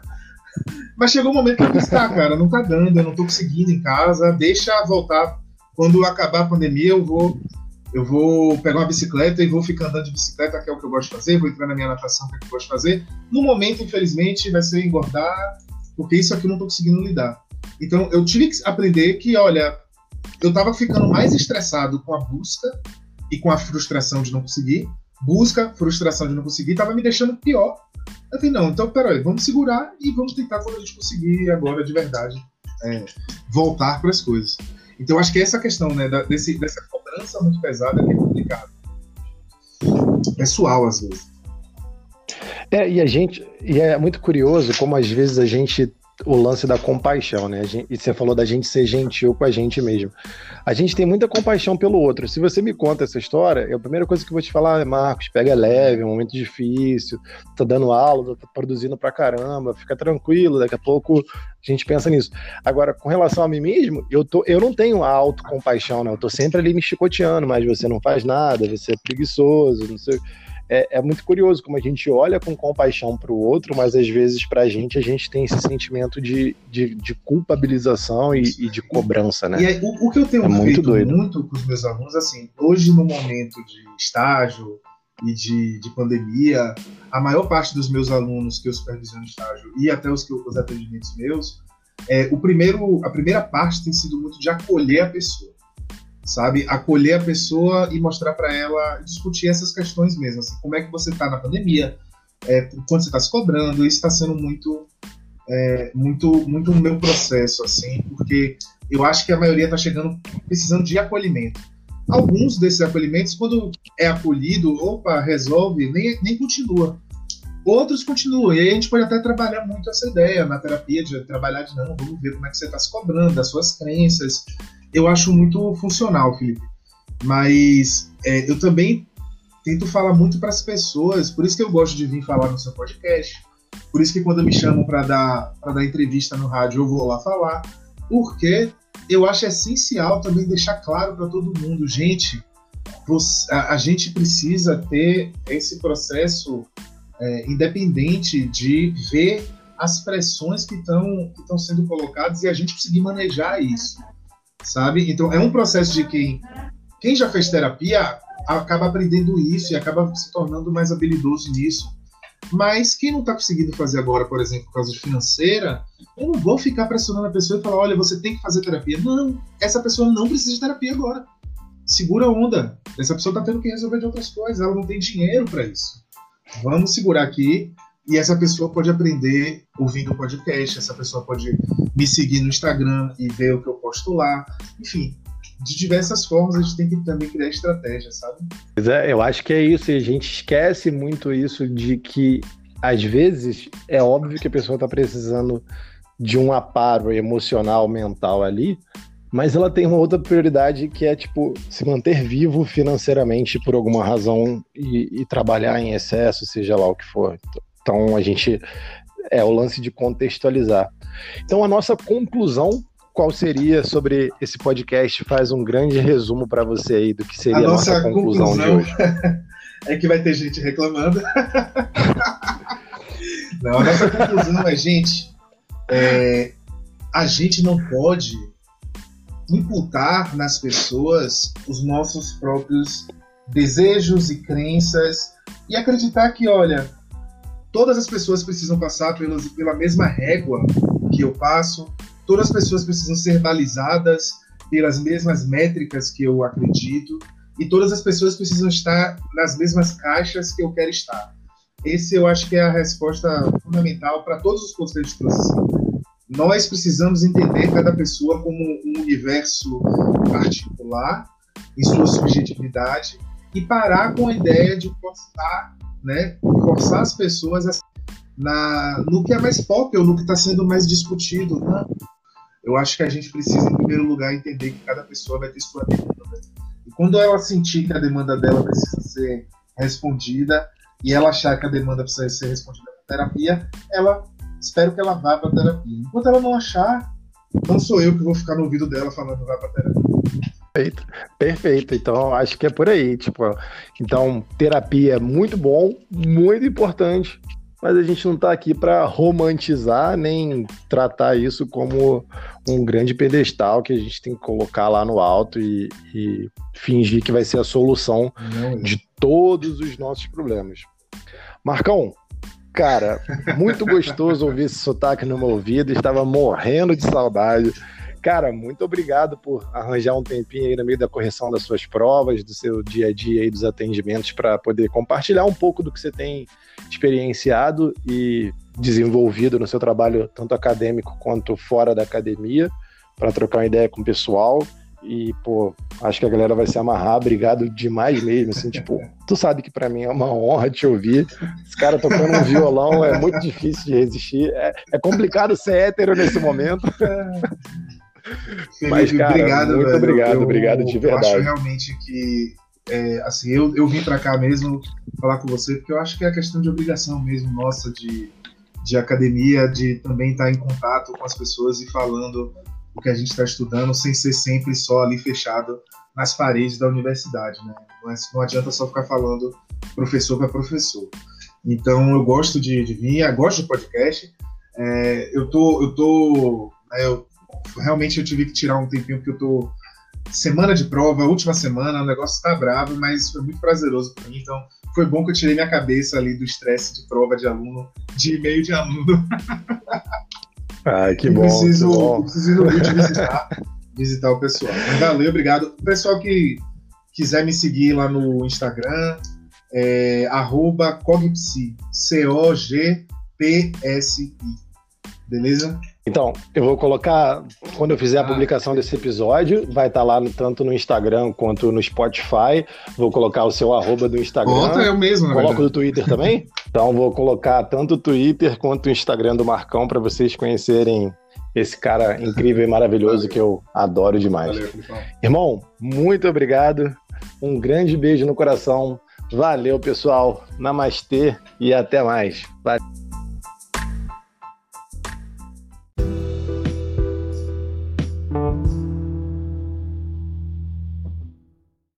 Mas chegou um momento que eu disse, tá, cara, não tá dando, eu não tô conseguindo em casa, deixa voltar. Quando acabar a pandemia, eu vou, eu vou pegar uma bicicleta e vou ficar andando de bicicleta, que é o que eu gosto de fazer, vou entrar na minha natação, que é o que eu gosto de fazer. No momento, infelizmente, vai ser engordar, porque isso aqui eu não tô conseguindo lidar. Então, eu tive que aprender que, olha, eu estava ficando mais estressado com a busca e com a frustração de não conseguir. Busca, frustração de não conseguir, estava me deixando pior. Eu falei, não, então peraí, vamos segurar e vamos tentar quando a gente conseguir agora de verdade é, voltar para as coisas. Então acho que essa questão, né, da, desse, dessa cobrança muito pesada que é complicado. Pessoal, às vezes. É, e a gente, e é muito curioso como às vezes a gente, o lance da compaixão, né? A gente, e você falou da gente ser gentil com a gente mesmo. A gente tem muita compaixão pelo outro. Se você me conta essa história, a primeira coisa que eu vou te falar é, Marcos, pega leve, é um momento difícil, tá dando aula, tá produzindo pra caramba, fica tranquilo, daqui a pouco a gente pensa nisso. Agora, com relação a mim mesmo, eu, tô, eu não tenho a autocompaixão, né? Eu tô sempre ali me chicoteando, mas você não faz nada, você é preguiçoso, não sei... É, é muito curioso como a gente olha com compaixão para o outro, mas às vezes para a gente, a gente tem esse sentimento de, de, de culpabilização e, e de cobrança, né? E aí, o, o que eu tenho é feito muito, muito com os meus alunos, assim, hoje no momento de estágio e de, de pandemia, a maior parte dos meus alunos que eu supervisiono estágio e até os, que, os atendimentos meus, é, o primeiro, a primeira parte tem sido muito de acolher a pessoa. Sabe, acolher a pessoa e mostrar para ela, discutir essas questões mesmo, assim, como é que você está na pandemia, é, quando você está se cobrando, isso está sendo muito, é, muito, muito o meu processo, assim, porque eu acho que a maioria está chegando precisando de acolhimento. Alguns desses acolhimentos, quando é acolhido, opa, resolve, nem, nem continua. Outros continuam, e aí a gente pode até trabalhar muito essa ideia na terapia, de trabalhar de não, vamos ver como é que você está se cobrando, das suas crenças. Eu acho muito funcional, Felipe. Mas é, eu também tento falar muito para as pessoas, por isso que eu gosto de vir falar no seu podcast, Por isso que quando me chamam para dar, para dar entrevista no rádio, eu vou lá falar, porque eu acho essencial também deixar claro para todo mundo, gente, você, a, a gente precisa ter esse processo é, independente de ver as pressões que estão que estão sendo colocadas e a gente conseguir manejar isso, sabe? Então é um processo de quem, quem já fez terapia acaba aprendendo isso e acaba se tornando mais habilidoso nisso. Mas quem não está conseguindo fazer agora, por exemplo, por causa de financeira, eu não vou ficar pressionando a pessoa e falar, olha, você tem que fazer terapia. Não, essa pessoa não precisa de terapia agora. Segura a onda. Essa pessoa está tendo que resolver de outras coisas, ela não tem dinheiro para isso. Vamos segurar aqui e essa pessoa pode aprender ouvindo o podcast, essa pessoa pode me seguir no Instagram e ver o que eu posto lá. Enfim, de diversas formas a gente tem que também criar estratégia, sabe? Pois é, eu acho que é isso, e a gente esquece muito isso de que, às vezes, é óbvio que a pessoa está precisando de um aparo emocional, mental ali, mas ela tem uma outra prioridade que é, tipo, se manter vivo financeiramente por alguma razão e, e trabalhar em excesso, seja lá o que for. Então, a gente... é o lance de contextualizar. Então, a nossa conclusão, qual seria sobre esse podcast? Faz um grande resumo para você aí do que seria a nossa, nossa conclusão, conclusão de hoje. É que vai ter gente reclamando. Não, a nossa conclusão é, gente, é, a gente não pode imputar nas pessoas os nossos próprios desejos e crenças e acreditar que, olha, todas as pessoas precisam passar pelas, pela mesma régua que eu passo, todas as pessoas precisam ser balizadas pelas mesmas métricas que eu acredito e todas as pessoas precisam estar nas mesmas caixas que eu quero estar. Esse eu acho que é a resposta fundamental para todos os pontos que a gente trouxe. Nós precisamos entender cada pessoa como um universo particular, em sua subjetividade, e parar com a ideia de forçar, né, forçar as pessoas a, na, no que é mais pop ou no que está sendo mais discutido. Não. Eu acho que a gente precisa, em primeiro lugar, entender que cada pessoa vai ter sua demanda. E quando ela sentir que a demanda dela precisa ser respondida e ela achar que a demanda precisa ser respondida com terapia, ela... espero que ela vá para terapia. Enquanto ela não achar, não sou eu que vou ficar no ouvido dela falando vá para terapia. Perfeito, perfeito. Então, acho que é por aí. Tipo, então, terapia é muito bom, muito importante, mas a gente não está aqui para romantizar nem tratar isso como um grande pedestal que a gente tem que colocar lá no alto e, e fingir que vai ser a solução não, de todos os nossos problemas. Marcão, cara, muito gostoso ouvir esse sotaque no meu ouvido, estava morrendo de saudade. Cara, muito obrigado por arranjar um tempinho aí no meio da correção das suas provas, do seu dia a dia e dos atendimentos para poder compartilhar um pouco do que você tem experienciado e desenvolvido no seu trabalho, tanto acadêmico quanto fora da academia, para trocar uma ideia com o pessoal. E, pô, acho que a galera vai se amarrar. Obrigado demais mesmo, assim, tipo, tu sabe que pra mim é uma honra te ouvir. Esse cara tocando um violão é muito difícil de resistir. É, é complicado ser hétero nesse momento. Mas, cara, obrigado, muito velho. obrigado, eu, obrigado de verdade. Eu acho realmente que, é, assim, eu, eu vim pra cá mesmo falar com você, porque eu acho que é a questão de obrigação mesmo nossa de, de academia, de também estar em contato com as pessoas e falando o que a gente está estudando, sem ser sempre só ali fechado nas paredes da universidade, né? Não, é, não adianta só ficar falando professor para professor. Então, eu gosto de, de vir, eu gosto de podcast. É, eu tô, eu tô, né, eu, realmente eu tive que tirar um tempinho, porque eu tô semana de prova, última semana, o negócio tá bravo, mas foi muito prazeroso para mim. Então, foi bom que eu tirei minha cabeça ali do estresse de prova de aluno, de e-mail de aluno. Ah, que eu bom, preciso, que bom. Eu preciso ir no Rio de visitar, visitar o pessoal. Mas valeu, obrigado. O pessoal que quiser me seguir lá no Instagram, é arroba cogpsi, C O G P S I. Beleza? Então, eu vou colocar, quando eu fizer a Ah, publicação desse episódio, vai estar lá no, tanto no Instagram quanto no Spotify. Vou colocar o seu arroba do Instagram. Conta eu mesmo, na Coloco verdade. do Twitter também? Então vou colocar tanto o Twitter quanto o Instagram do Marcão para vocês conhecerem esse cara incrível e maravilhoso Valeu. que eu adoro demais. Valeu, Filipão. Irmão, muito obrigado. Um grande beijo no coração. Valeu, pessoal. Namastê e até mais. Valeu.